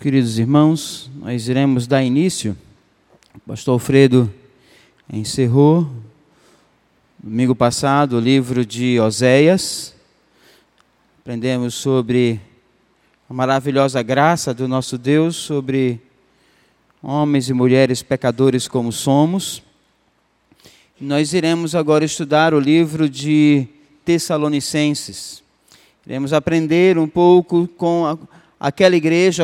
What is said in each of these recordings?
Queridos irmãos, nós iremos dar início. O pastor Alfredo encerrou, domingo passado, o livro de Oséias. Aprendemos sobre a maravilhosa graça do nosso Deus, sobre homens e mulheres pecadores como somos. Nós iremos agora estudar o livro de Tessalonicenses. Iremos aprender um pouco com aquela igreja,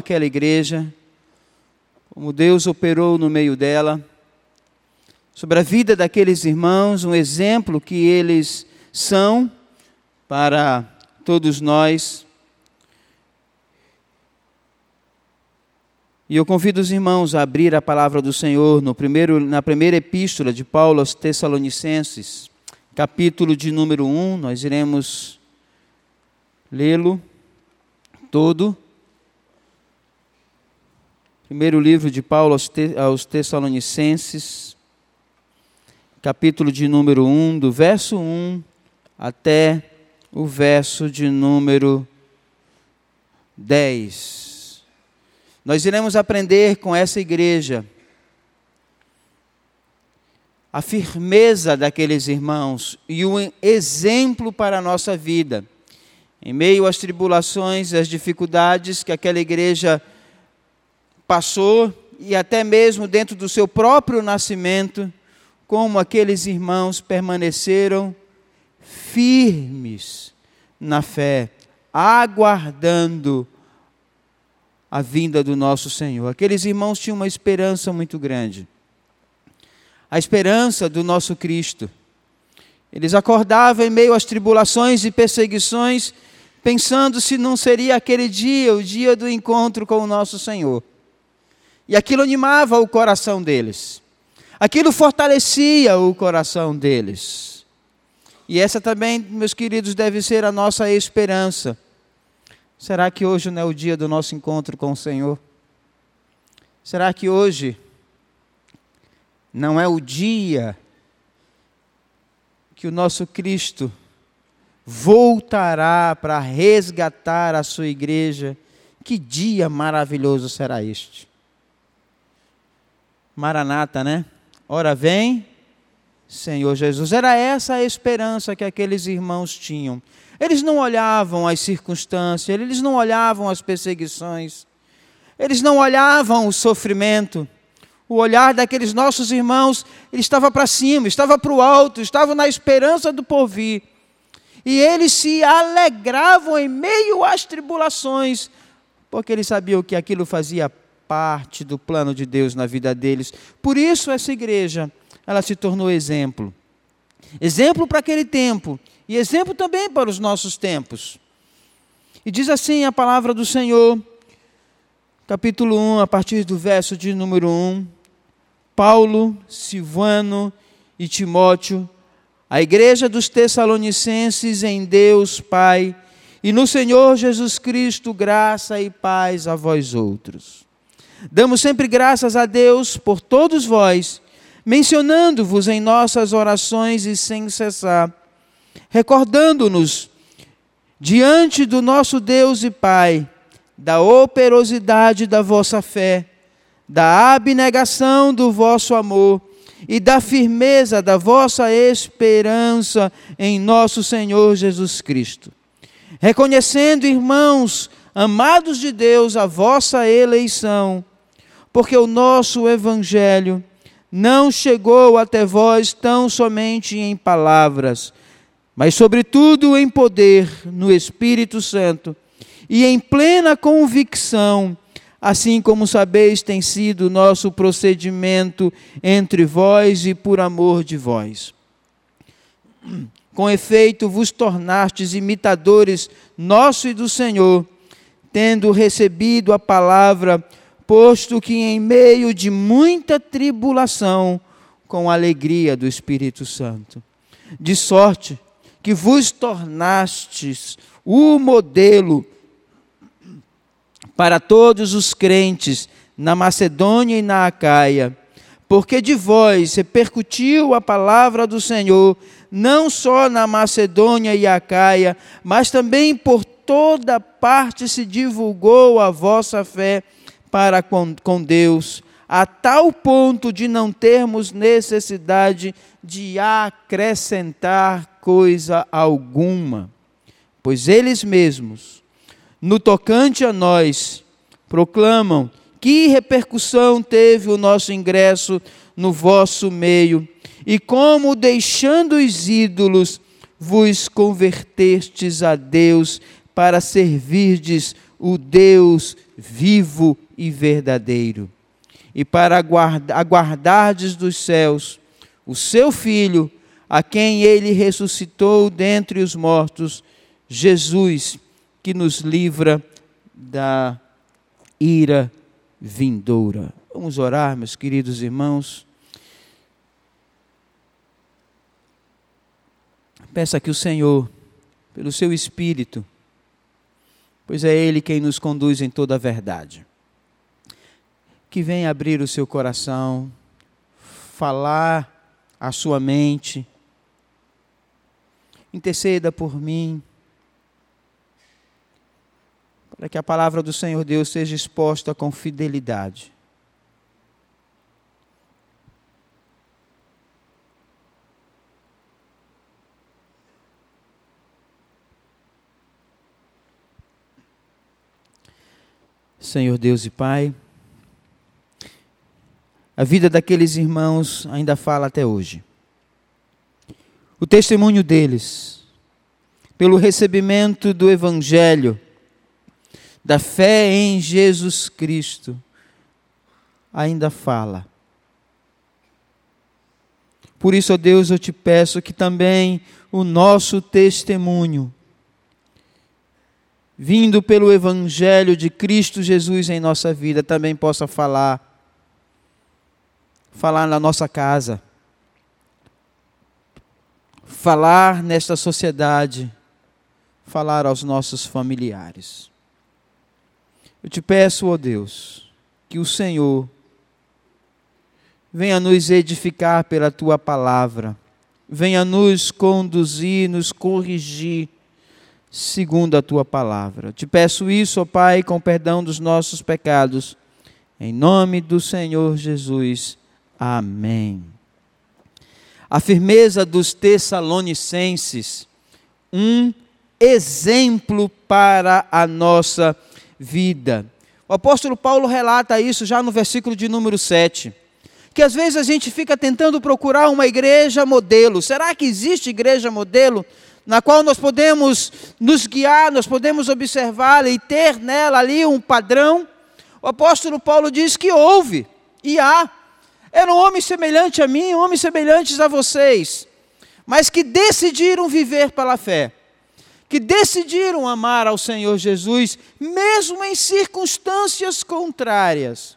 como Deus operou no meio dela, sobre a vida daqueles irmãos, um exemplo que eles são para todos nós. E eu convido os irmãos a abrir a palavra do Senhor na primeira epístola de Paulo aos Tessalonicenses, capítulo de número 1, nós iremos lê-lo todo. Primeiro livro de Paulo aos Tessalonicenses, capítulo de número 1, do verso 1 até o verso de número 10. Nós iremos aprender com essa igreja a firmeza daqueles irmãos e um exemplo para a nossa vida. Em meio às tribulações, às dificuldades que aquela igreja passou, e até mesmo dentro do seu próprio nascimento, como aqueles irmãos permaneceram firmes na fé, aguardando a vinda do nosso Senhor. Aqueles irmãos tinham uma esperança muito grande, a esperança do nosso Cristo. Eles acordavam em meio às tribulações e perseguições, pensando se não seria aquele dia, o dia do encontro com o nosso Senhor. E aquilo animava o coração deles. Aquilo fortalecia o coração deles. E essa também, meus queridos, deve ser a nossa esperança. Será que hoje não é o dia do nosso encontro com o Senhor? Será que hoje não é o dia que o nosso Cristo voltará para resgatar a sua igreja? Que dia maravilhoso será este? Maranata, né? Ora vem, Senhor Jesus. Era essa a esperança que aqueles irmãos tinham. Eles não olhavam as circunstâncias, eles não olhavam as perseguições, eles não olhavam o sofrimento. O olhar daqueles nossos irmãos, ele estava para cima, estava para o alto, estava na esperança do porvir. E eles se alegravam em meio às tribulações, porque eles sabiam que aquilo fazia parte do plano de Deus na vida deles. Por isso essa igreja, ela se tornou exemplo. Exemplo para aquele tempo e exemplo também para os nossos tempos. E diz assim a palavra do Senhor, capítulo 1, a partir do verso de número 1. Paulo, Silvano e Timóteo, a igreja dos Tessalonicenses em Deus Pai e no Senhor Jesus Cristo, graça e paz a vós outros. Damos sempre graças a Deus por todos vós, mencionando-vos em nossas orações e sem cessar, recordando-nos diante do nosso Deus e Pai, da operosidade da vossa fé, da abnegação do vosso amor e da firmeza da vossa esperança em nosso Senhor Jesus Cristo. Reconhecendo, irmãos, amados de Deus, a vossa eleição, porque o nosso Evangelho não chegou até vós tão somente em palavras, mas sobretudo em poder, no Espírito Santo, e em plena convicção, assim como sabeis tem sido o nosso procedimento entre vós e por amor de vós. Com efeito, vos tornastes imitadores nosso e do Senhor, tendo recebido a palavra, posto que em meio de muita tribulação, com a alegria do Espírito Santo. De sorte que vos tornastes o modelo para todos os crentes na Macedônia e na Acaia, porque de vós repercutiu a palavra do Senhor, não só na Macedônia e Acaia, mas também por toda parte se divulgou a vossa fé para com Deus, a tal ponto de não termos necessidade de acrescentar coisa alguma. Pois eles mesmos, no tocante a nós, proclamam que repercussão teve o nosso ingresso no vosso meio, e como, deixando os ídolos, vos convertestes a Deus para servirdes o Deus vivo e verdadeiro, e para aguardardes dos céus o seu Filho, a quem ele ressuscitou dentre os mortos, Jesus, que nos livra da ira vindoura. Vamos orar, meus queridos irmãos. Peça que o Senhor, pelo seu Espírito, pois é Ele quem nos conduz em toda a verdade, que venha abrir o seu coração, falar a sua mente, interceda por mim, para que a palavra do Senhor Deus seja exposta com fidelidade. Senhor Deus e Pai, a vida daqueles irmãos ainda fala até hoje. O testemunho deles, pelo recebimento do Evangelho, da fé em Jesus Cristo, ainda fala. Por isso, ó Deus, eu te peço que também o nosso testemunho, vindo pelo Evangelho de Cristo Jesus em nossa vida, também possa falar na nossa casa, falar nesta sociedade, falar aos nossos familiares. Eu te peço, ó Deus, que o Senhor venha nos edificar pela tua palavra, venha nos conduzir, nos corrigir, segundo a tua palavra. Te peço isso, ó Pai, com perdão dos nossos pecados, em nome do Senhor Jesus. Amém. A firmeza dos Tessalonicenses, um exemplo para a nossa vida. O apóstolo Paulo relata isso já no versículo de número 7, que às vezes a gente fica tentando procurar uma igreja modelo. Será que existe igreja modelo na qual nós podemos nos guiar, nós podemos observá-la e ter nela ali um padrão? O apóstolo Paulo diz que houve e há. Eram homens semelhantes a mim, homens semelhantes a vocês, mas que decidiram viver pela fé, que decidiram amar ao Senhor Jesus, mesmo em circunstâncias contrárias.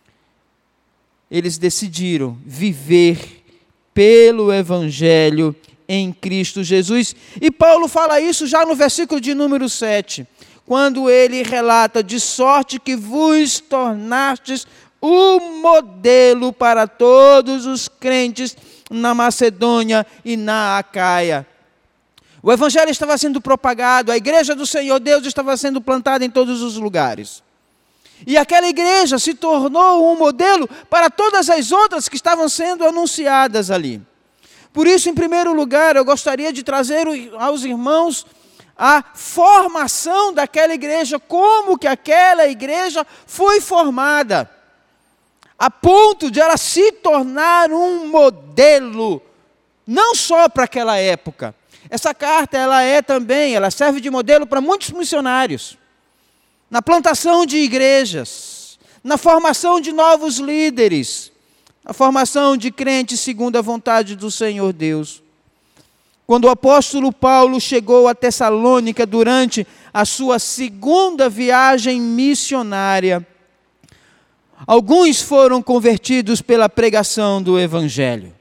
Eles decidiram viver pelo Evangelho em Cristo Jesus. E Paulo fala isso já no versículo de número 7, quando ele relata: de sorte que vos tornastes o modelo para todos os crentes na Macedônia e na Acaia. O Evangelho estava sendo propagado, a igreja do Senhor Deus estava sendo plantada em todos os lugares. E aquela igreja se tornou um modelo para todas as outras que estavam sendo anunciadas ali. Por isso, em primeiro lugar, eu gostaria de trazer aos irmãos a formação daquela igreja, como que aquela igreja foi formada, a ponto de ela se tornar um modelo, não só para aquela época. Essa carta, ela serve de modelo para muitos missionários, na plantação de igrejas, na formação de novos líderes, na formação de crentes segundo a vontade do Senhor Deus. Quando o apóstolo Paulo chegou a Tessalônica durante a sua segunda viagem missionária, alguns foram convertidos pela pregação do Evangelho.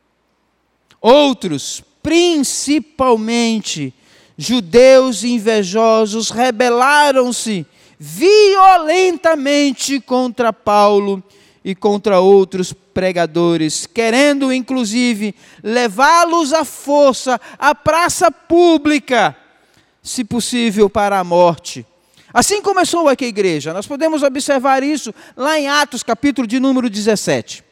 Outros, principalmente judeus invejosos, rebelaram-se violentamente contra Paulo e contra outros pregadores, querendo inclusive levá-los à força à praça pública, se possível, para a morte. Assim começou aqui a igreja. Nós podemos observar isso lá em Atos, capítulo de número 17.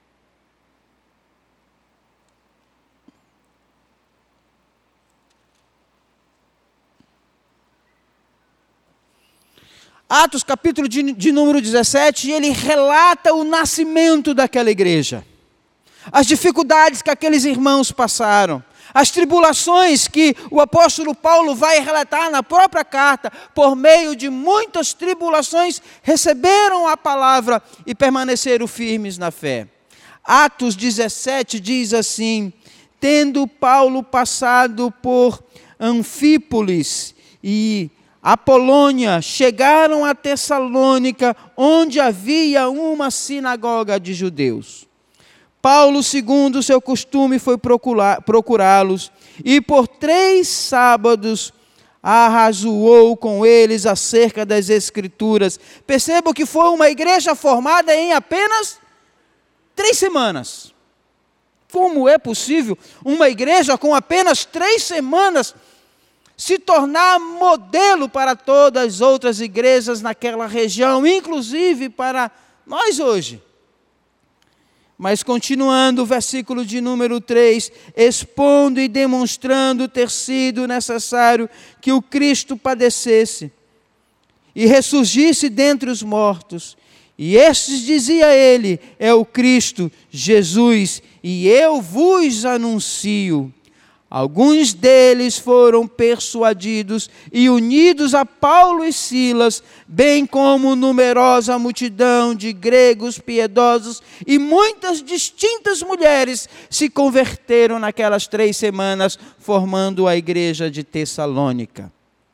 Atos, capítulo de número 17, ele relata o nascimento daquela igreja. As dificuldades que aqueles irmãos passaram. As tribulações que o apóstolo Paulo vai relatar na própria carta, por meio de muitas tribulações, receberam a palavra e permaneceram firmes na fé. Atos 17 diz assim: tendo Paulo passado por Anfípolis e Apolônia, chegaram a Tessalônica, onde havia uma sinagoga de judeus. Paulo, segundo o seu costume, foi procurá-los e por 3 sábados arrazoou com eles acerca das Escrituras. Percebam que foi uma igreja formada em apenas 3 semanas. Como é possível uma igreja com apenas 3 semanas se tornar modelo para todas as outras igrejas naquela região, inclusive para nós hoje? Mas continuando o versículo de número 3, expondo e demonstrando ter sido necessário que o Cristo padecesse e ressurgisse dentre os mortos. E estes, dizia ele, é o Cristo, Jesus, e eu vos anuncio. Alguns deles foram persuadidos e unidos a Paulo e Silas, bem como numerosa multidão de gregos piedosos e muitas distintas mulheres se converteram naquelas 3 semanas, formando a igreja de Tessalônica.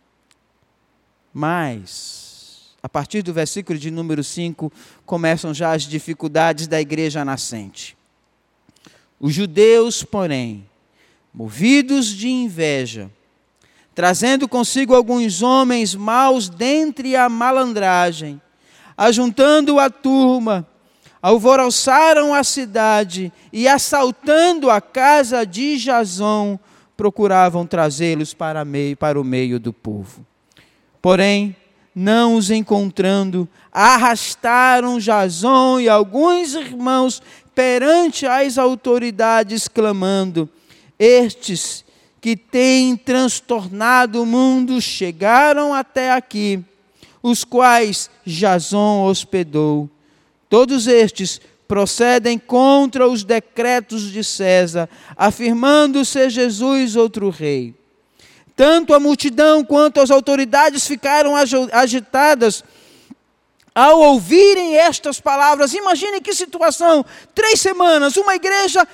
Mas, a partir do versículo de número 5, começam já as dificuldades da igreja nascente. Os judeus, porém, movidos de inveja, trazendo consigo alguns homens maus dentre a malandragem, ajuntando a turma, alvoroçaram a cidade e, assaltando a casa de Jasão, procuravam trazê-los para o meio do povo. Porém, não os encontrando, arrastaram Jasão e alguns irmãos perante as autoridades, clamando: estes que têm transtornado o mundo chegaram até aqui, os quais Jasão hospedou. Todos estes procedem contra os decretos de César, afirmando ser Jesus outro rei. Tanto a multidão quanto as autoridades ficaram agitadas ao ouvirem estas palavras. Imagine que situação: 3 semanas, uma igreja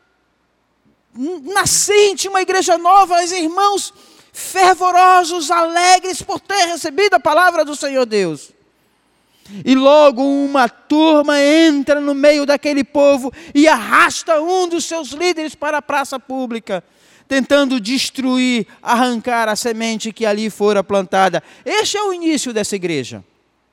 nascente, uma igreja nova, os irmãos fervorosos, alegres por ter recebido a palavra do Senhor Deus. E logo uma turma entra no meio daquele povo e arrasta um dos seus líderes para a praça pública, tentando destruir, arrancar a semente que ali fora plantada. Este é o início dessa igreja.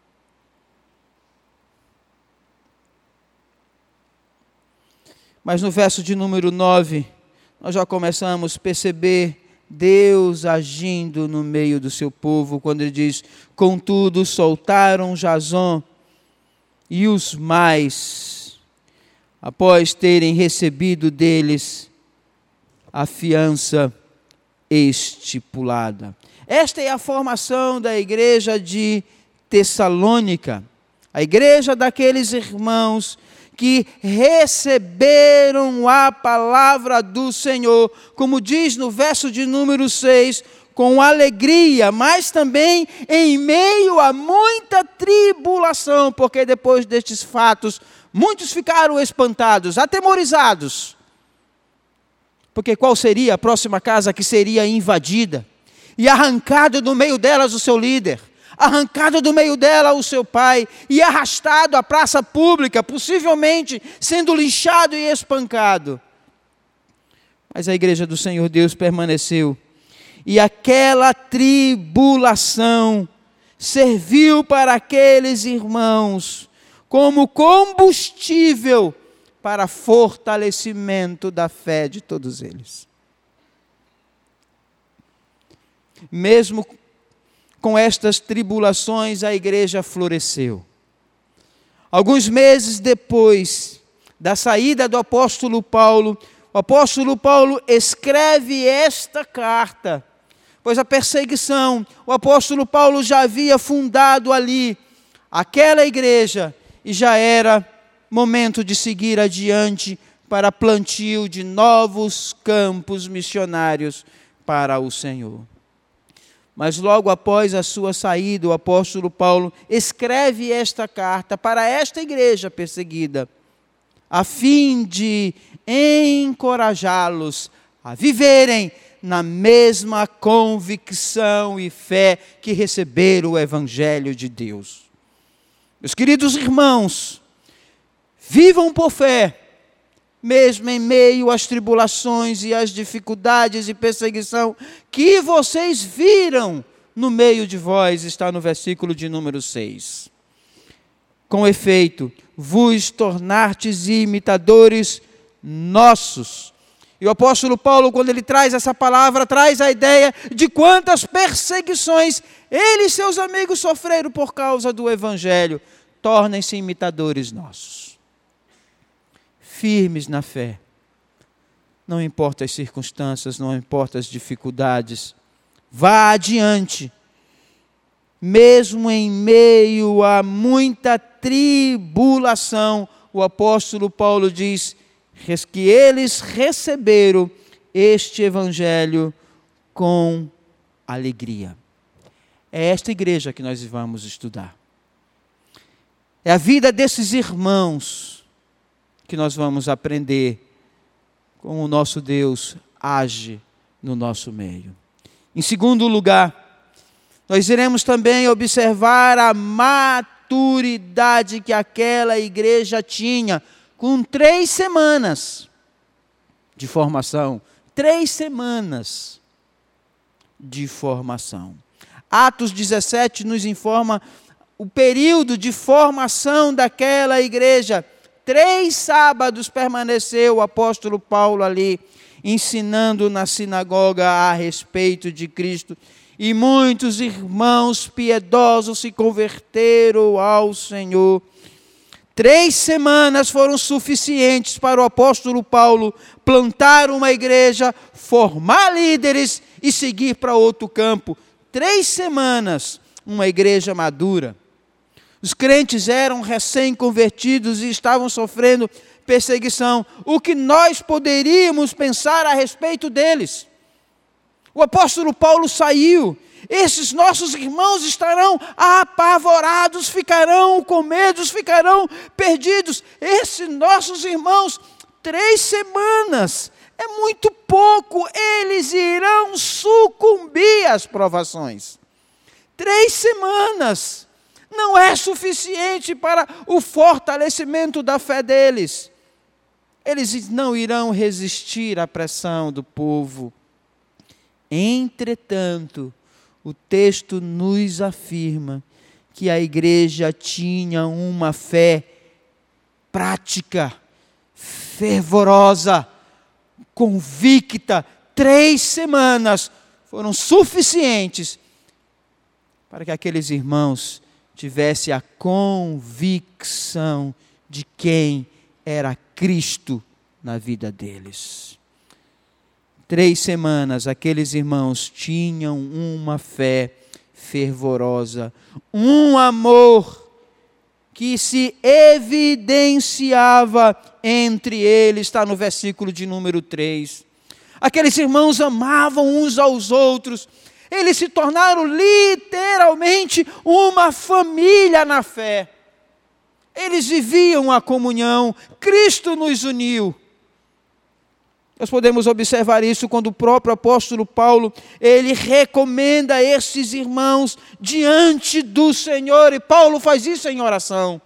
Mas no verso de número 9, nós já começamos a perceber Deus agindo no meio do seu povo, quando ele diz: contudo soltaram Jasão e os mais, após terem recebido deles a fiança estipulada. Esta é a formação da igreja de Tessalônica, a igreja daqueles irmãos que receberam a palavra do Senhor, como diz no verso de número 6, com alegria, mas também em meio a muita tribulação, porque depois destes fatos, muitos ficaram espantados, atemorizados, porque qual seria a próxima casa que seria invadida, e arrancado do meio delas o seu líder, arrancado do meio dela o seu pai, e arrastado à praça pública, possivelmente sendo linchado e espancado. Mas a igreja do Senhor Deus permaneceu, e aquela tribulação serviu para aqueles irmãos como combustível para fortalecimento da fé de todos eles. mesmo com estas tribulações, a igreja floresceu. Alguns meses depois da saída do apóstolo Paulo, o apóstolo Paulo escreve esta carta, pois a perseguição, o apóstolo Paulo já havia fundado ali aquela igreja e já era momento de seguir adiante para plantio de novos campos missionários para o Senhor. Mas logo após a sua saída, o apóstolo Paulo escreve esta carta para esta igreja perseguida, a fim de encorajá-los a viverem na mesma convicção e fé que receberam o Evangelho de Deus. Meus queridos irmãos, vivam por fé, mesmo em meio às tribulações e às dificuldades e perseguição que vocês viram no meio de vós, está no versículo de número 6. Com efeito, vos tornastes imitadores nossos. E o apóstolo Paulo, quando ele traz essa palavra, traz a ideia de quantas perseguições ele e seus amigos sofreram por causa do Evangelho. Tornem-se imitadores nossos. Firmes na fé, não importa as circunstâncias, não importa as dificuldades, vá adiante, mesmo em meio a muita tribulação. O apóstolo Paulo diz que eles receberam este Evangelho com alegria. É esta igreja que nós vamos estudar. É a vida desses irmãos que nós vamos aprender como o nosso Deus age no nosso meio. Em segundo lugar, nós iremos também observar a maturidade que aquela igreja tinha, com 3 semanas de formação. 3 semanas de formação. Atos 17 nos informa o período de formação daquela igreja. 3 sábados permaneceu o apóstolo Paulo ali, ensinando na sinagoga a respeito de Cristo. E muitos irmãos piedosos se converteram ao Senhor. 3 semanas foram suficientes para o apóstolo Paulo plantar uma igreja, formar líderes e seguir para outro campo. 3 semanas, uma igreja madura. Os crentes eram recém-convertidos e estavam sofrendo perseguição. O que nós poderíamos pensar a respeito deles? O apóstolo Paulo saiu. Esses nossos irmãos estarão apavorados, ficarão com medo, ficarão perdidos. Esses nossos irmãos, 3 semanas, é muito pouco. Eles irão sucumbir às provações. 3 semanas. Não é suficiente para o fortalecimento da fé deles. Eles não irão resistir à pressão do povo. Entretanto, o texto nos afirma que a igreja tinha uma fé prática, fervorosa, convicta. 3 semanas foram suficientes para que aqueles irmãos tivesse a convicção de quem era Cristo na vida deles. 3 semanas, aqueles irmãos tinham uma fé fervorosa, um amor que se evidenciava entre eles, está no versículo de número 3. Aqueles irmãos amavam uns aos outros. Eles se tornaram literalmente uma família na fé. Eles viviam a comunhão. Cristo nos uniu. Nós podemos observar isso quando o próprio apóstolo Paulo, ele recomenda esses irmãos diante do Senhor. E Paulo faz isso em oração.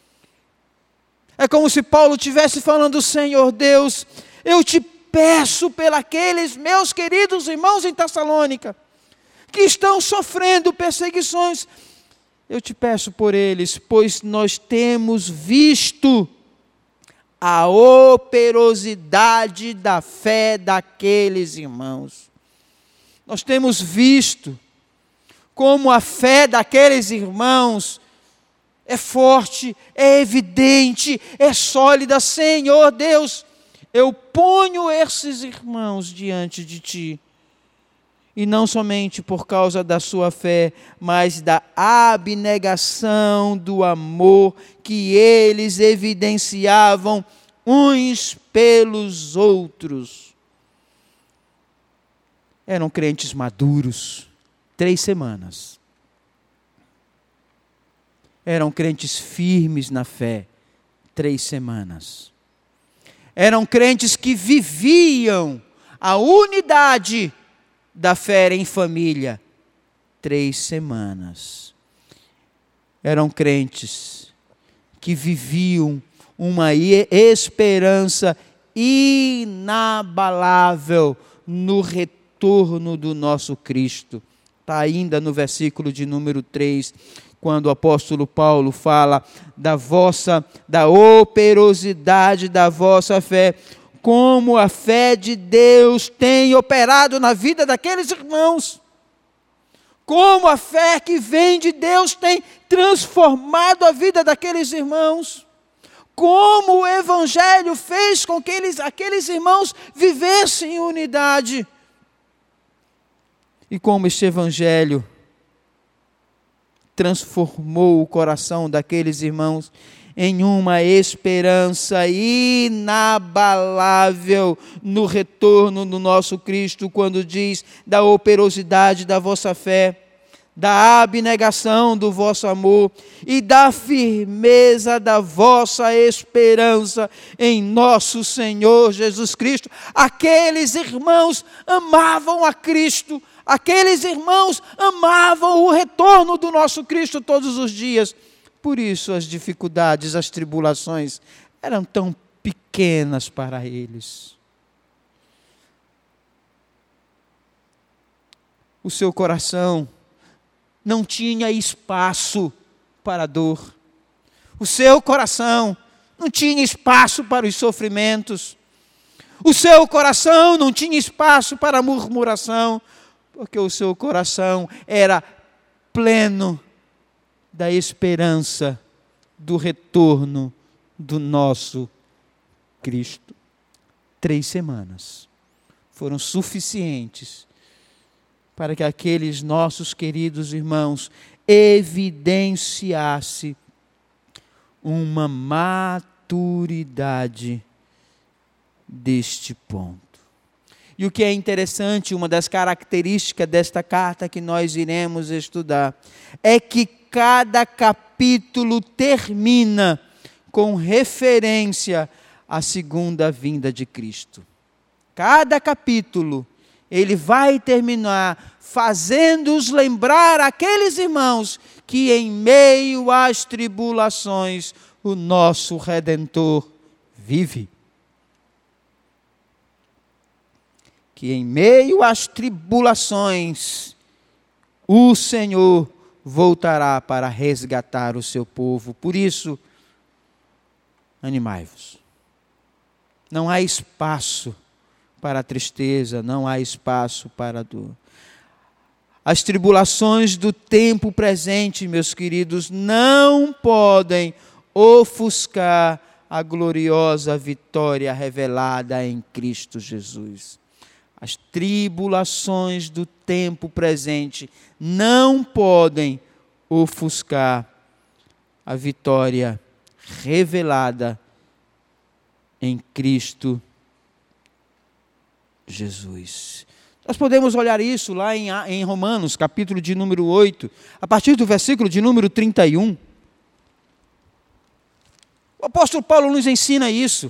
É como se Paulo estivesse falando: Senhor Deus, eu te peço pelos meus queridos irmãos em Tessalônica, que estão sofrendo perseguições. Eu te peço por eles, pois nós temos visto a operosidade da fé daqueles irmãos. Nós temos visto como a fé daqueles irmãos é forte, é evidente, é sólida. Senhor Deus, eu ponho esses irmãos diante de Ti. E não somente por causa da sua fé, mas da abnegação, do amor que eles evidenciavam uns pelos outros. Eram crentes maduros, 3 semanas. Eram crentes firmes na fé, 3 semanas. Eram crentes que viviam a unidade da fé em família, 3 semanas. Eram crentes que viviam uma esperança inabalável no retorno do nosso Cristo. Está ainda no versículo de número 3, quando o apóstolo Paulo fala da operosidade da vossa fé, como a fé de Deus tem operado na vida daqueles irmãos, como a fé que vem de Deus tem transformado a vida daqueles irmãos, como o Evangelho fez com que aqueles irmãos vivessem em unidade, e como este Evangelho transformou o coração daqueles irmãos em uma esperança inabalável no retorno do nosso Cristo, quando diz da operosidade da vossa fé, da abnegação do vosso amor e da firmeza da vossa esperança em nosso Senhor Jesus Cristo. Aqueles irmãos amavam a Cristo, aqueles irmãos amavam o retorno do nosso Cristo todos os dias. Por isso as dificuldades, as tribulações eram tão pequenas para eles. O seu coração não tinha espaço para a dor. O seu coração não tinha espaço para os sofrimentos. O seu coração não tinha espaço para a murmuração, porque o seu coração era pleno da esperança do retorno do nosso Cristo. 3 semanas foram suficientes para que aqueles nossos queridos irmãos evidenciassem uma maturidade deste ponto. E o que é interessante, uma das características desta carta que nós iremos estudar, é que cada capítulo termina com referência à segunda vinda de Cristo. Cada capítulo, ele vai terminar fazendo-os lembrar aqueles irmãos que em meio às tribulações o nosso Redentor vive. Que em meio às tribulações o Senhor voltará para resgatar o seu povo. Por isso, animai-vos. Não há espaço para a tristeza, não há espaço para a dor. As tribulações do tempo presente, meus queridos, não podem ofuscar a gloriosa vitória revelada em Cristo Jesus. As tribulações do tempo presente não podem ofuscar a vitória revelada em Cristo Jesus. Nós podemos olhar isso lá em Romanos, capítulo de número 8, a partir do versículo de número 31. O apóstolo Paulo nos ensina isso.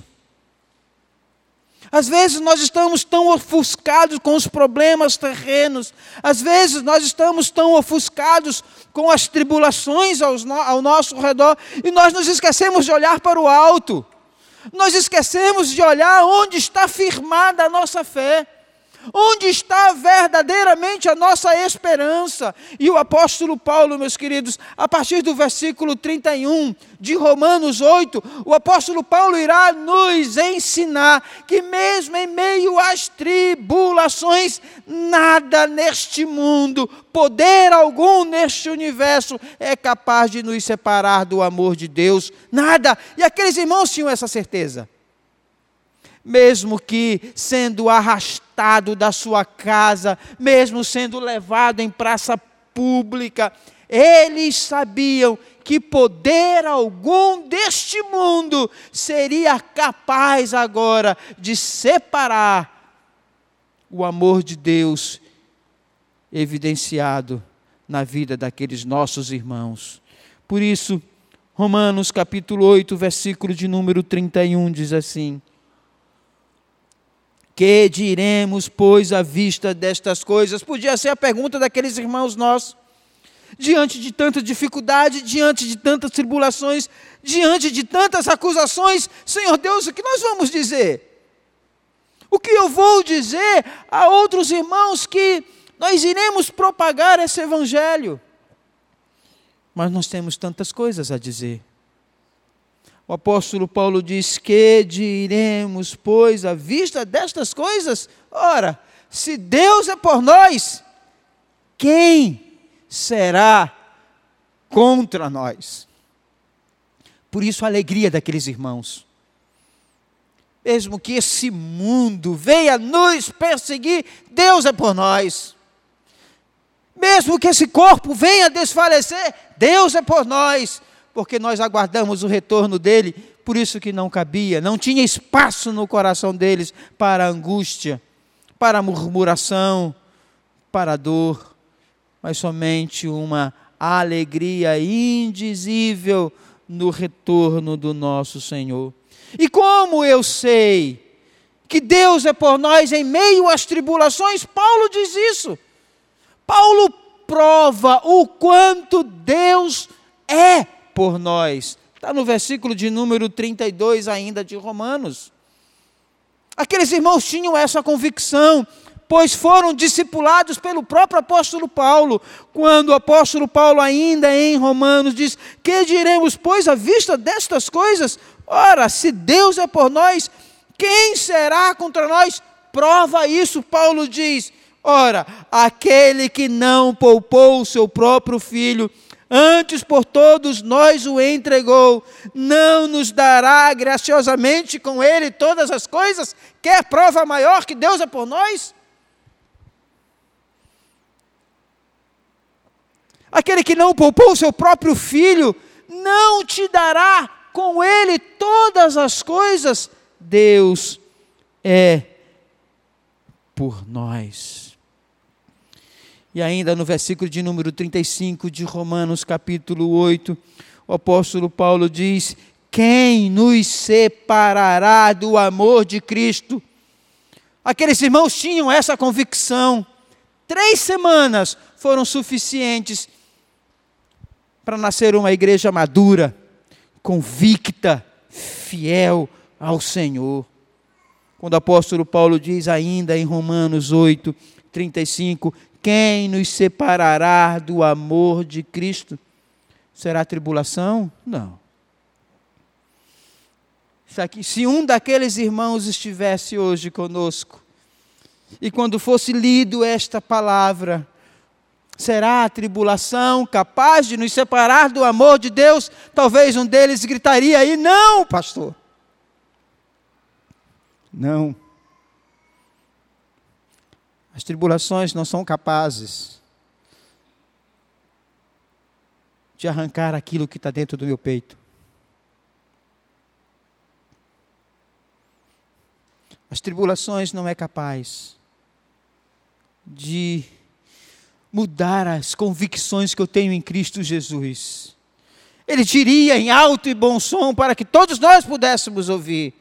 Às vezes nós estamos tão ofuscados com os problemas terrenos, às vezes nós estamos tão ofuscados com as tribulações ao nosso redor, e nós nos esquecemos de olhar para o alto, nós esquecemos de olhar onde está firmada a nossa fé, Onde está verdadeiramente a nossa esperança? E o apóstolo Paulo, meus queridos, a partir do versículo 31 de Romanos 8, o apóstolo Paulo irá nos ensinar que mesmo em meio às tribulações, nada neste mundo, poder algum neste universo é capaz de nos separar do amor de Deus. Nada. E aqueles irmãos tinham essa certeza. Mesmo que sendo arrastado da sua casa, mesmo sendo levado em praça pública, eles sabiam que poder algum deste mundo seria capaz agora de separar o amor de Deus evidenciado na vida daqueles nossos irmãos. Por isso, Romanos capítulo 8, versículo de número 31 diz assim: que diremos, pois, à vista destas coisas? Podia ser a pergunta daqueles irmãos nossos. Diante de tanta dificuldade, diante de tantas tribulações, diante de tantas acusações, Senhor Deus, o que nós vamos dizer? O que eu vou dizer a outros irmãos que nós iremos propagar esse evangelho? Mas nós temos tantas coisas a dizer. O apóstolo Paulo diz: que diremos, pois, à vista destas coisas? Ora, se Deus é por nós, quem será contra nós? Por isso a alegria daqueles irmãos. Mesmo que esse mundo venha nos perseguir, Deus é por nós. Mesmo que esse corpo venha desfalecer, Deus é por nós. Porque nós aguardamos o retorno dele, por isso que não cabia, não tinha espaço no coração deles para a angústia, para a murmuração, para a dor, mas somente uma alegria indizível no retorno do nosso Senhor. E como eu sei que Deus é por nós em meio às tribulações, Paulo diz isso. Paulo prova o quanto Deus é por nós. Está no versículo de número 32 ainda de Romanos. Aqueles irmãos tinham essa convicção, pois foram discipulados pelo próprio apóstolo Paulo. Quando o apóstolo Paulo ainda em Romanos diz: que diremos, pois, à vista destas coisas? Ora, se Deus é por nós, quem será contra nós? Prova isso, Paulo diz: ora, aquele que não poupou o seu próprio filho, antes por todos nós o entregou, não nos dará graciosamente com ele todas as coisas? Quer prova maior que Deus é por nós? Aquele que não poupou o seu próprio filho, não te dará com ele todas as coisas? Deus é por nós. E ainda no versículo de número 35 de Romanos capítulo 8, o apóstolo Paulo diz: quem nos separará do amor de Cristo? Aqueles irmãos tinham essa convicção. 3 semanas foram suficientes para nascer uma igreja madura, convicta, fiel ao Senhor. Quando o apóstolo Paulo diz ainda em Romanos 8, 35, quem nos separará do amor de Cristo? Será tribulação? Não. Se um daqueles irmãos estivesse hoje conosco, e quando fosse lido esta palavra, será a tribulação capaz de nos separar do amor de Deus? Talvez um deles gritaria aí: não, pastor. Não. As tribulações não são capazes de arrancar aquilo que está dentro do meu peito. As tribulações não é capaz de mudar as convicções que eu tenho em Cristo Jesus. Ele diria em alto e bom som para que todos nós pudéssemos ouvir: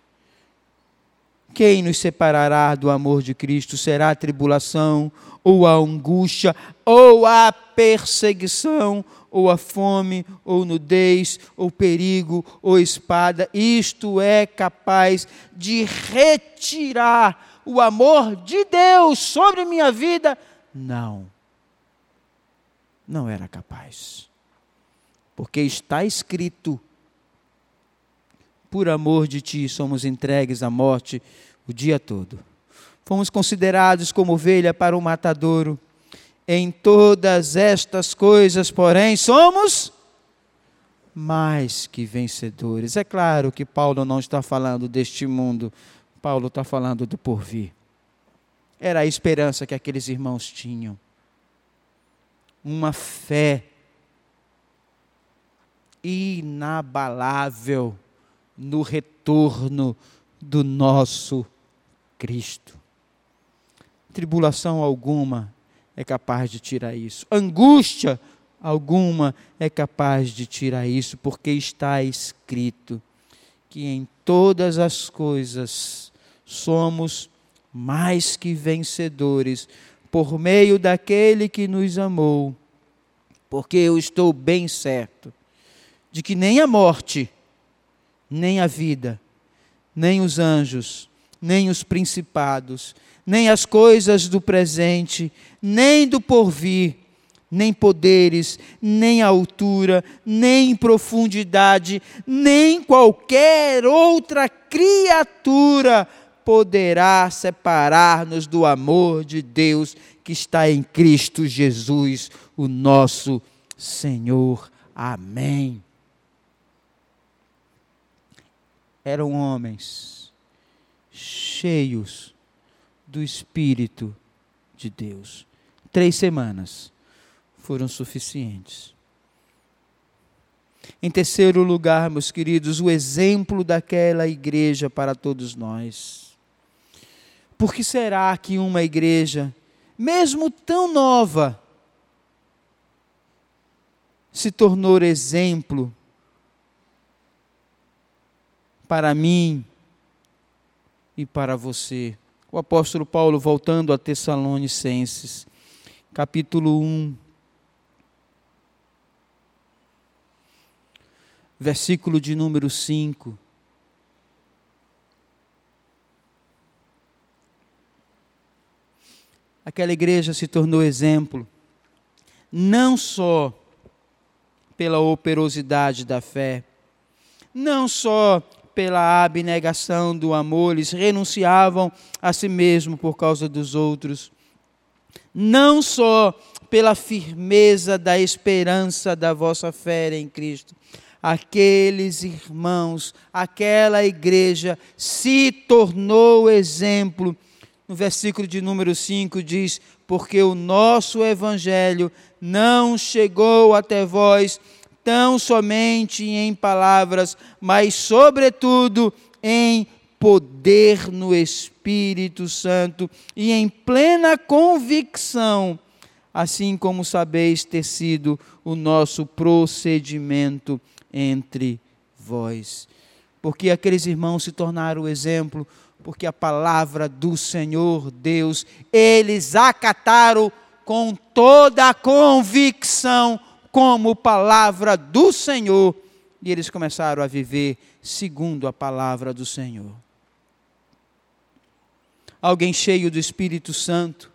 quem nos separará do amor de Cristo? Será a tribulação, ou a angústia, ou a perseguição, ou a fome, ou nudez, ou perigo, ou espada? Isto é capaz de retirar o amor de Deus sobre minha vida? Não era capaz. Porque está escrito: por amor de ti somos entregues à morte o dia todo. Fomos considerados como ovelha para o matadouro. Em todas estas coisas, porém, somos mais que vencedores. É claro que Paulo não está falando deste mundo. Paulo está falando do porvir. Era a esperança que aqueles irmãos tinham. Uma fé inabalável no retorno do nosso Cristo. Tribulação alguma é capaz de tirar isso. Angústia alguma é capaz de tirar isso, porque está escrito que em todas as coisas somos mais que vencedores por meio daquele que nos amou. Porque eu estou bem certo de que nem a morte, nem a vida, nem os anjos, nem os principados, nem as coisas do presente, nem do porvir, nem poderes, nem altura, nem profundidade, nem qualquer outra criatura poderá separar-nos do amor de Deus que está em Cristo Jesus, o nosso Senhor. Amém. Eram homens cheios do Espírito de Deus. 3 semanas foram suficientes. Em terceiro lugar, meus queridos, o exemplo daquela igreja para todos nós. Por que será que uma igreja, mesmo tão nova, se tornou exemplo para mim e para você? O apóstolo Paulo, voltando a Tessalonicenses, capítulo 1, versículo de número 5. Aquela igreja se tornou exemplo, não só pela operosidade da fé, não só pela abnegação do amor, eles renunciavam a si mesmo por causa dos outros, não só pela firmeza da esperança da vossa fé em Cristo. Aqueles irmãos, aquela igreja se tornou exemplo. No versículo de número 5 diz: porque o nosso evangelho não chegou até vós tão somente em palavras, mas sobretudo em poder no Espírito Santo e em plena convicção, assim como sabeis ter sido o nosso procedimento entre vós. Porque aqueles irmãos se tornaram exemplo, porque a palavra do Senhor Deus, eles acataram com toda a convicção como palavra do Senhor, e eles começaram a viver segundo a palavra do Senhor. Alguém cheio do Espírito Santo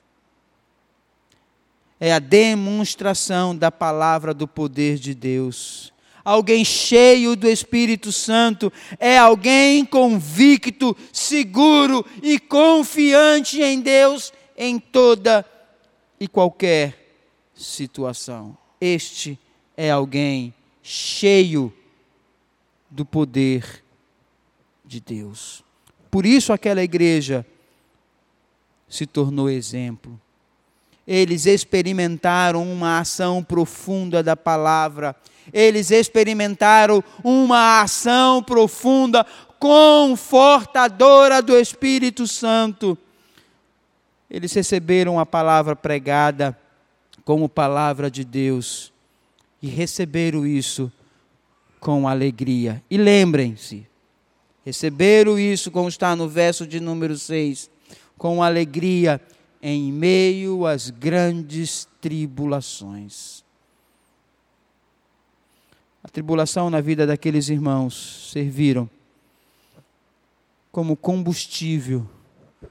é a demonstração da palavra do poder de Deus. Alguém cheio do Espírito Santo é alguém convicto, seguro e confiante em Deus em toda e qualquer situação. Este é alguém cheio do poder de Deus. Por isso aquela igreja se tornou exemplo. Eles experimentaram uma ação profunda da palavra. Eles experimentaram uma ação profunda, confortadora do Espírito Santo. Eles receberam a palavra pregada como palavra de Deus e receberam isso com alegria. E lembrem-se, receberam isso, como está no verso de número 6, com alegria em meio às grandes tribulações. A tribulação na vida daqueles irmãos serviram como combustível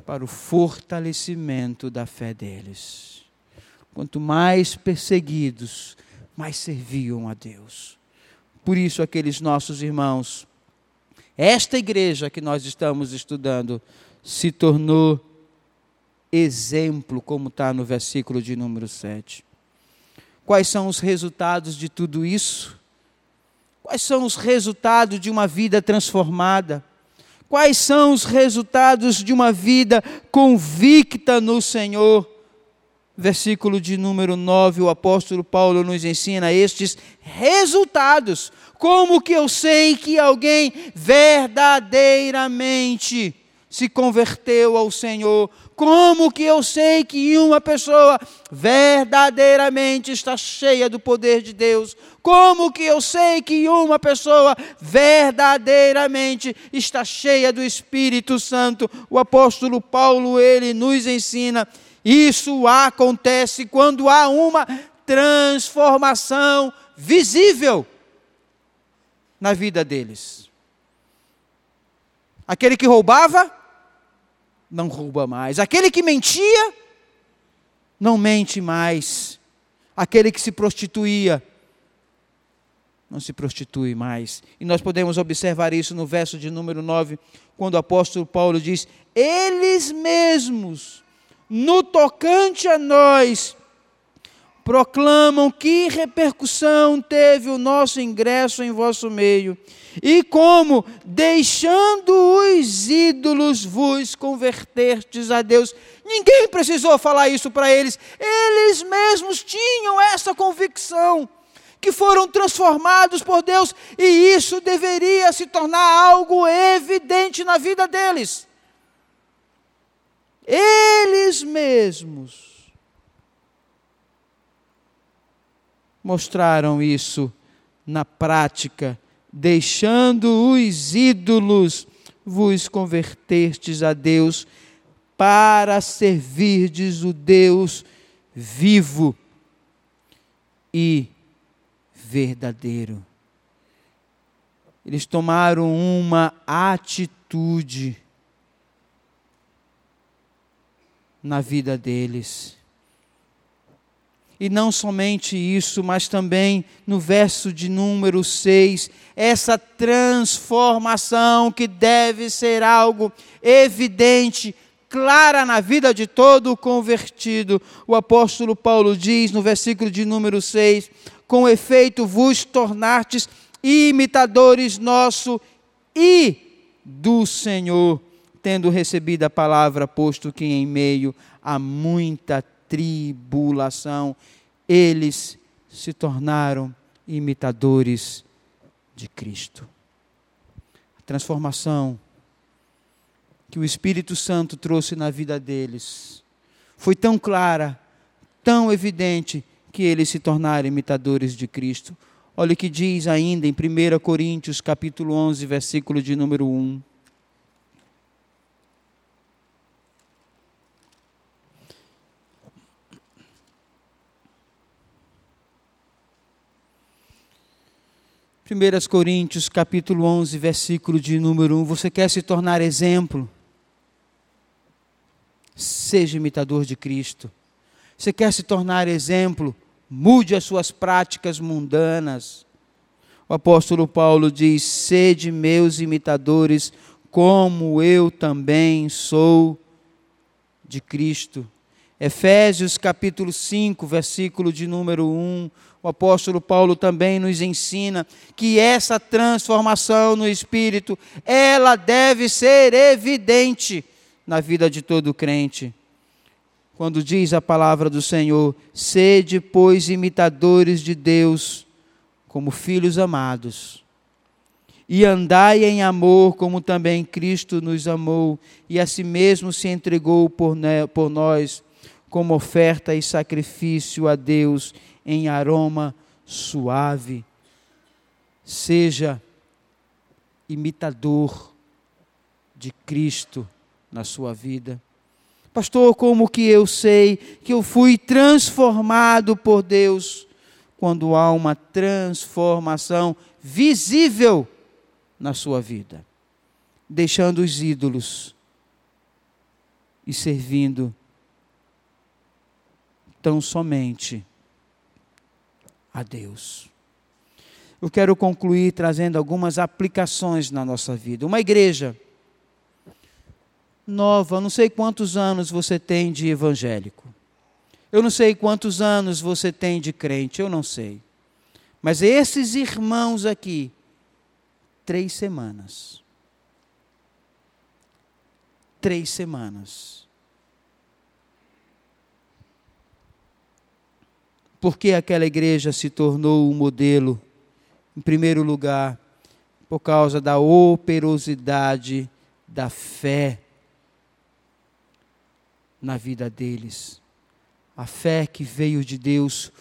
para o fortalecimento da fé deles. Quanto mais perseguidos, mais serviam a Deus. Por isso, aqueles nossos irmãos, esta igreja que nós estamos estudando, se tornou exemplo, como está no versículo de número 7. Quais são os resultados de tudo isso? Quais são os resultados de uma vida transformada? Quais são os resultados de uma vida convicta no Senhor? Versículo de número 9, o apóstolo Paulo nos ensina estes resultados. Como que eu sei que alguém verdadeiramente se converteu ao Senhor? Como que eu sei que uma pessoa verdadeiramente está cheia do poder de Deus? Como que eu sei que uma pessoa verdadeiramente está cheia do Espírito Santo? O apóstolo Paulo, ele nos ensina, isso acontece quando há uma transformação visível na vida deles. Aquele que roubava, não rouba mais. Aquele que mentia, não mente mais. Aquele que se prostituía, não se prostitui mais. E nós podemos observar isso no verso de número 9, quando o apóstolo Paulo diz: eles mesmos, no tocante a nós, proclamam que repercussão teve o nosso ingresso em vosso meio, e como, deixando os ídolos, vos convertertes a Deus. Ninguém precisou falar isso para eles. Eles mesmos tinham essa convicção, que foram transformados por Deus, e isso deveria se tornar algo evidente na vida deles. Eles mesmos mostraram isso na prática, deixando os ídolos, vos convertertes a Deus, para servirdes o Deus vivo e verdadeiro. Eles tomaram uma atitude na vida deles. E não somente isso, mas também no verso de número 6, essa transformação que deve ser algo evidente, clara na vida de todo convertido. O apóstolo Paulo diz no versículo de número 6, com efeito vos tornastes imitadores nosso e do Senhor, tendo recebido a palavra, posto que em meio a muita tribulação, eles se tornaram imitadores de Cristo. A transformação que o Espírito Santo trouxe na vida deles foi tão clara, tão evidente, que eles se tornaram imitadores de Cristo. Olha o que diz ainda em 1 Coríntios, capítulo 11, versículo de número 1. Coríntios, capítulo 11, versículo de número 1. Você quer se tornar exemplo? Seja imitador de Cristo. Você quer se tornar exemplo? Mude as suas práticas mundanas. O apóstolo Paulo diz: sede meus imitadores, como eu também sou de Cristo. Efésios capítulo 5, versículo de número 1, o apóstolo Paulo também nos ensina que essa transformação no Espírito, ela deve ser evidente na vida de todo crente. Quando diz a palavra do Senhor: sede, pois, imitadores de Deus, como filhos amados, e andai em amor, como também Cristo nos amou, e a si mesmo se entregou por nós, como oferta e sacrifício a Deus em aroma suave. Seja imitador de Cristo na sua vida. Pastor, como que eu sei que eu fui transformado por Deus? Quando há uma transformação visível na sua vida, deixando os ídolos e servindo tão somente a Deus. Eu quero concluir trazendo algumas aplicações na nossa vida. Uma igreja nova, não sei quantos anos você tem de evangélico. Eu não sei quantos anos você tem de crente, eu não sei. Mas esses irmãos aqui, 3 semanas. 3 semanas. Porque aquela igreja se tornou um modelo, em primeiro lugar, por causa da operosidade da fé na vida deles. A fé que veio de Deus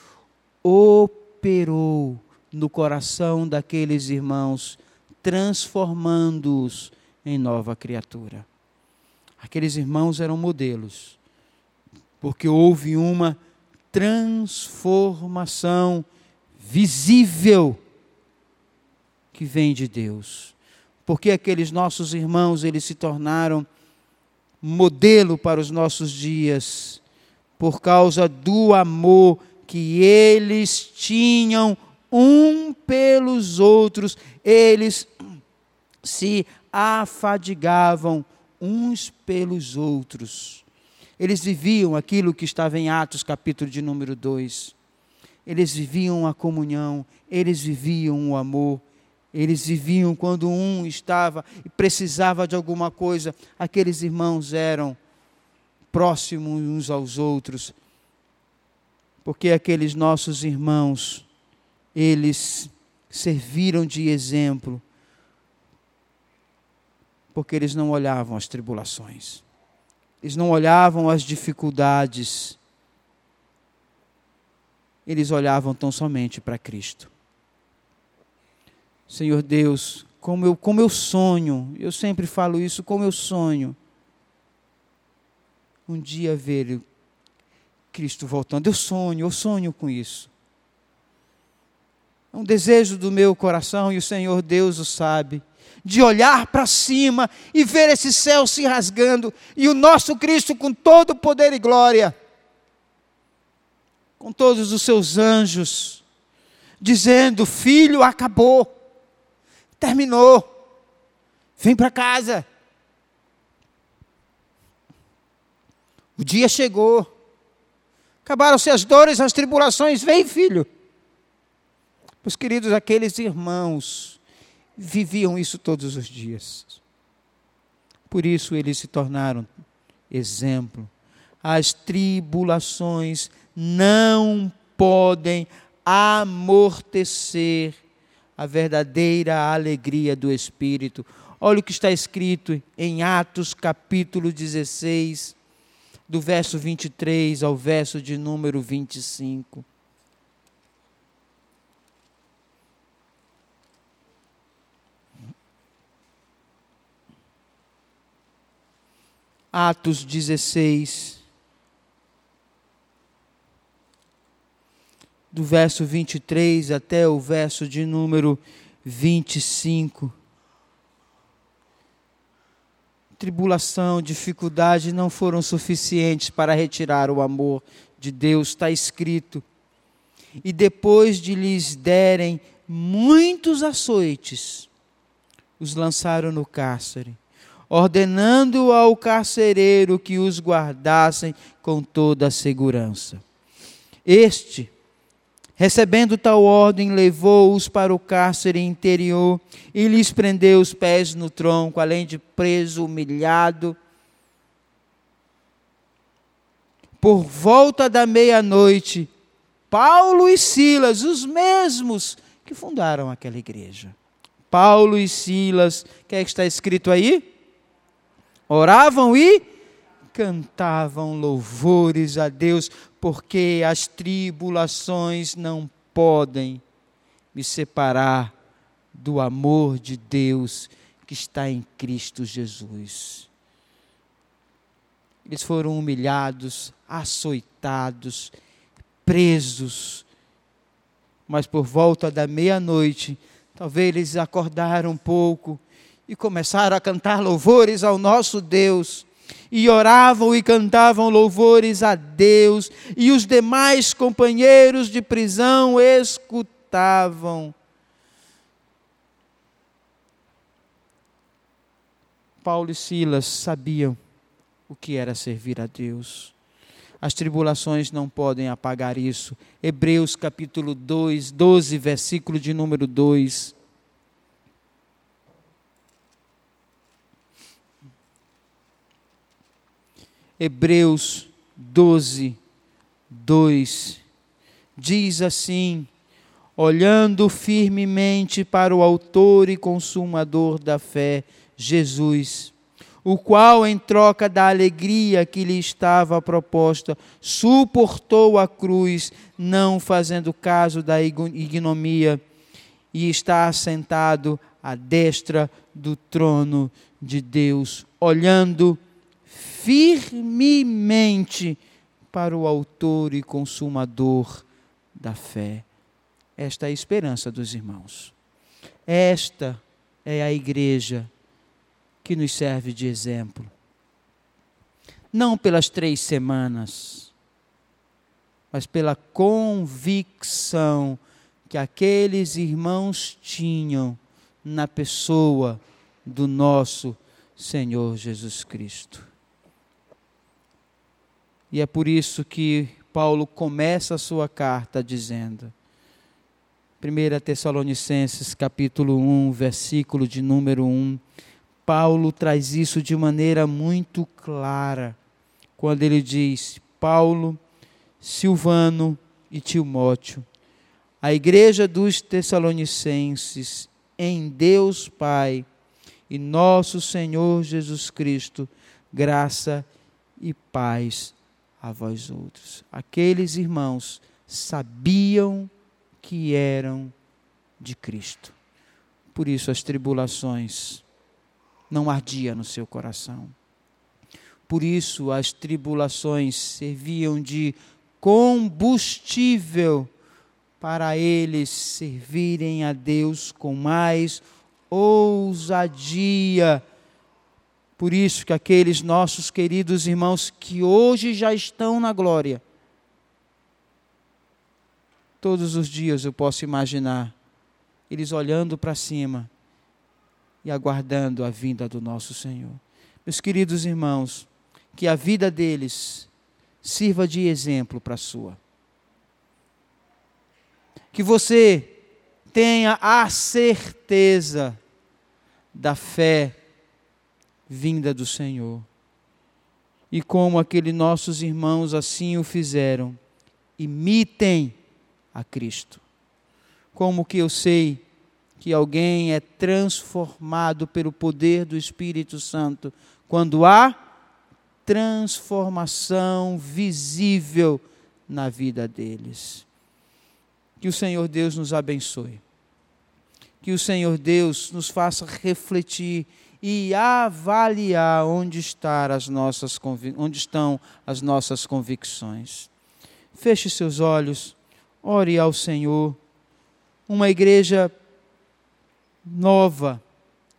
operou no coração daqueles irmãos, transformando-os em nova criatura. Aqueles irmãos eram modelos, porque houve uma transformação visível que vem de Deus. Porque aqueles nossos irmãos, eles se tornaram modelo para os nossos dias, por causa do amor que eles tinham um pelos outros. Eles se afadigavam uns pelos outros. Eles viviam aquilo que estava em Atos, capítulo de número 2. Eles viviam a comunhão, eles viviam o amor, eles viviam quando um estava e precisava de alguma coisa, aqueles irmãos eram próximos uns aos outros, porque aqueles nossos irmãos, eles serviram de exemplo, porque eles não olhavam as tribulações, eles não olhavam as dificuldades, eles olhavam tão somente para Cristo. Senhor Deus, como eu sonho, eu sempre falo isso, como eu sonho, um dia ver Cristo voltando. Eu sonho com isso. É um desejo do meu coração, e o Senhor Deus o sabe, de olhar para cima e ver esse céu se rasgando, e o nosso Cristo com todo poder e glória, com todos os seus anjos, dizendo: filho, acabou, terminou, vem para casa. O dia chegou, acabaram-se as dores, as tribulações, vem, filho. Meus queridos, aqueles irmãos viviam isso todos os dias. Por isso eles se tornaram exemplo. As tribulações não podem amortecer a verdadeira alegria do Espírito. Olha o que está escrito em Atos capítulo 16, do verso 23 ao verso de número 25. Atos 16, do verso 23 até o verso de número 25. Tribulação, dificuldade não foram suficientes para retirar o amor de Deus, está escrito. E depois de lhes derem muitos açoites, os lançaram no cárcere, ordenando ao carcereiro que os guardassem com toda a segurança. Este, recebendo tal ordem, levou-os para o cárcere interior e lhes prendeu os pés no tronco, além de preso, humilhado. Por volta da meia-noite, Paulo e Silas, os mesmos que fundaram aquela igreja. Paulo e Silas, o que é que está escrito aí? Oravam e cantavam louvores a Deus, porque as tribulações não podem me separar do amor de Deus que está em Cristo Jesus. Eles foram humilhados, açoitados, presos, mas por volta da meia-noite, talvez eles acordaram um pouco e começaram a cantar louvores ao nosso Deus. e oravam e cantavam louvores a Deus, e os demais companheiros de prisão escutavam. Paulo e Silas sabiam o que era servir a Deus. As tribulações não podem apagar isso. Hebreus capítulo 12, versículo de número 2. Hebreus 12, 2. Diz assim: olhando firmemente para o autor e consumador da fé, Jesus, o qual, em troca da alegria que lhe estava proposta, suportou a cruz, não fazendo caso da ignomia, e está assentado à destra do trono de Deus, olhando firmemente para o autor e consumador da fé. Esta é a esperança dos irmãos. Esta é a igreja que nos serve de exemplo. Não pelas 3 semanas, mas pela convicção que aqueles irmãos tinham na pessoa do nosso Senhor Jesus Cristo. E é por isso que Paulo começa a sua carta dizendo, 1 Tessalonicenses capítulo 1, versículo de número 1, Paulo traz isso de maneira muito clara, quando ele diz: Paulo, Silvano e Timóteo, a igreja dos Tessalonicenses, em Deus Pai e nosso Senhor Jesus Cristo, graça e paz a vós outros. Aqueles irmãos sabiam que eram de Cristo. Por isso as tribulações não ardiam no seu coração. Por isso as tribulações serviam de combustível para eles servirem a Deus com mais ousadia. Por isso que aqueles nossos queridos irmãos que hoje já estão na glória, todos os dias eu posso imaginar eles olhando para cima e aguardando a vinda do nosso Senhor. Meus queridos irmãos, que a vida deles sirva de exemplo para a sua. Que você tenha a certeza da fé vinda do Senhor. E como aqueles nossos irmãos assim o fizeram, imitem a Cristo. Como que eu sei que alguém é transformado pelo poder do Espírito Santo? Quando há transformação visível na vida deles. Que o Senhor Deus nos abençoe. Que o Senhor Deus nos faça refletir e avaliar onde estão as nossas convicções. Feche seus olhos, ore ao Senhor. Uma igreja nova,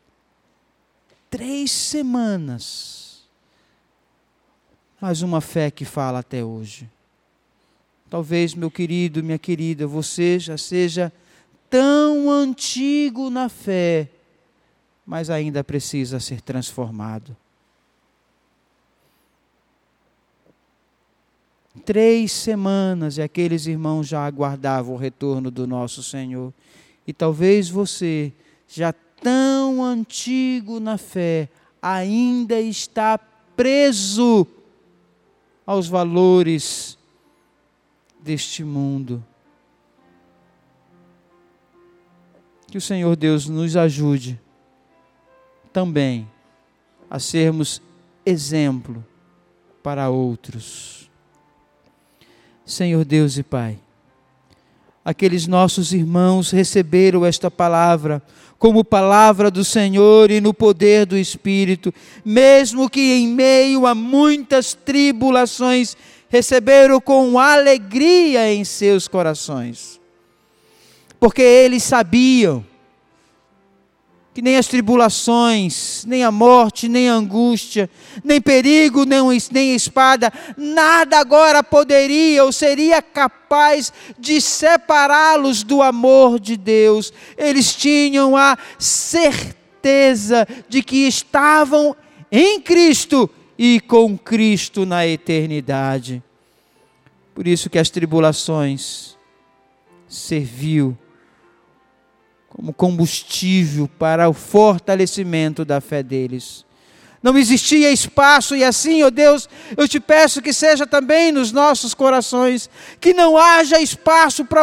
3 semanas, mas uma fé que fala até hoje. Talvez, meu querido, minha querida, você já seja tão antigo na fé, mas ainda precisa ser transformado. 3 semanas e aqueles irmãos já aguardavam o retorno do nosso Senhor. E talvez você, já tão antigo na fé, ainda está preso aos valores deste mundo. Que o Senhor Deus nos ajude também a sermos exemplo para outros. Senhor Deus e Pai, aqueles nossos irmãos receberam esta palavra como palavra do Senhor e no poder do Espírito, mesmo que em meio a muitas tribulações, receberam com alegria em seus corações, porque eles sabiam que nem as tribulações, nem a morte, nem a angústia, nem perigo, nem espada, nada agora poderia ou seria capaz de separá-los do amor de Deus. Eles tinham a certeza de que estavam em Cristo e com Cristo na eternidade. Por isso que as tribulações serviu como combustível para o fortalecimento da fé deles. Não existia espaço, e assim, ó Deus, eu te peço que seja também nos nossos corações, que não haja espaço para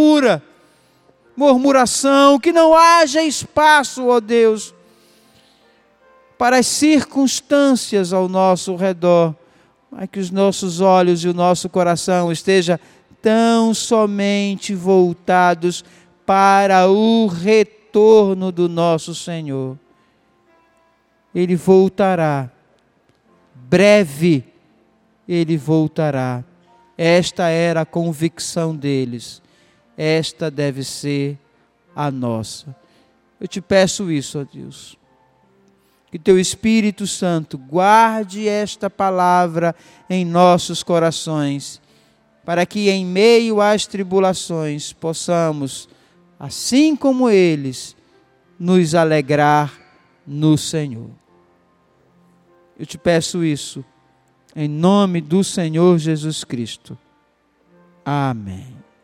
murmuração, que não haja espaço, ó Deus, para as circunstâncias ao nosso redor, mas que os nossos olhos e o nosso coração estejam tão somente voltados para o retorno do nosso Senhor. Ele voltará, breve Ele voltará. Esta era a convicção deles, esta deve ser a nossa. Eu te peço isso, ó Deus, que Teu Espírito Santo guarde esta palavra em nossos corações, para que em meio às tribulações possamos, assim como eles, nos alegrar no Senhor. Eu te peço isso, em nome do Senhor Jesus Cristo. Amém.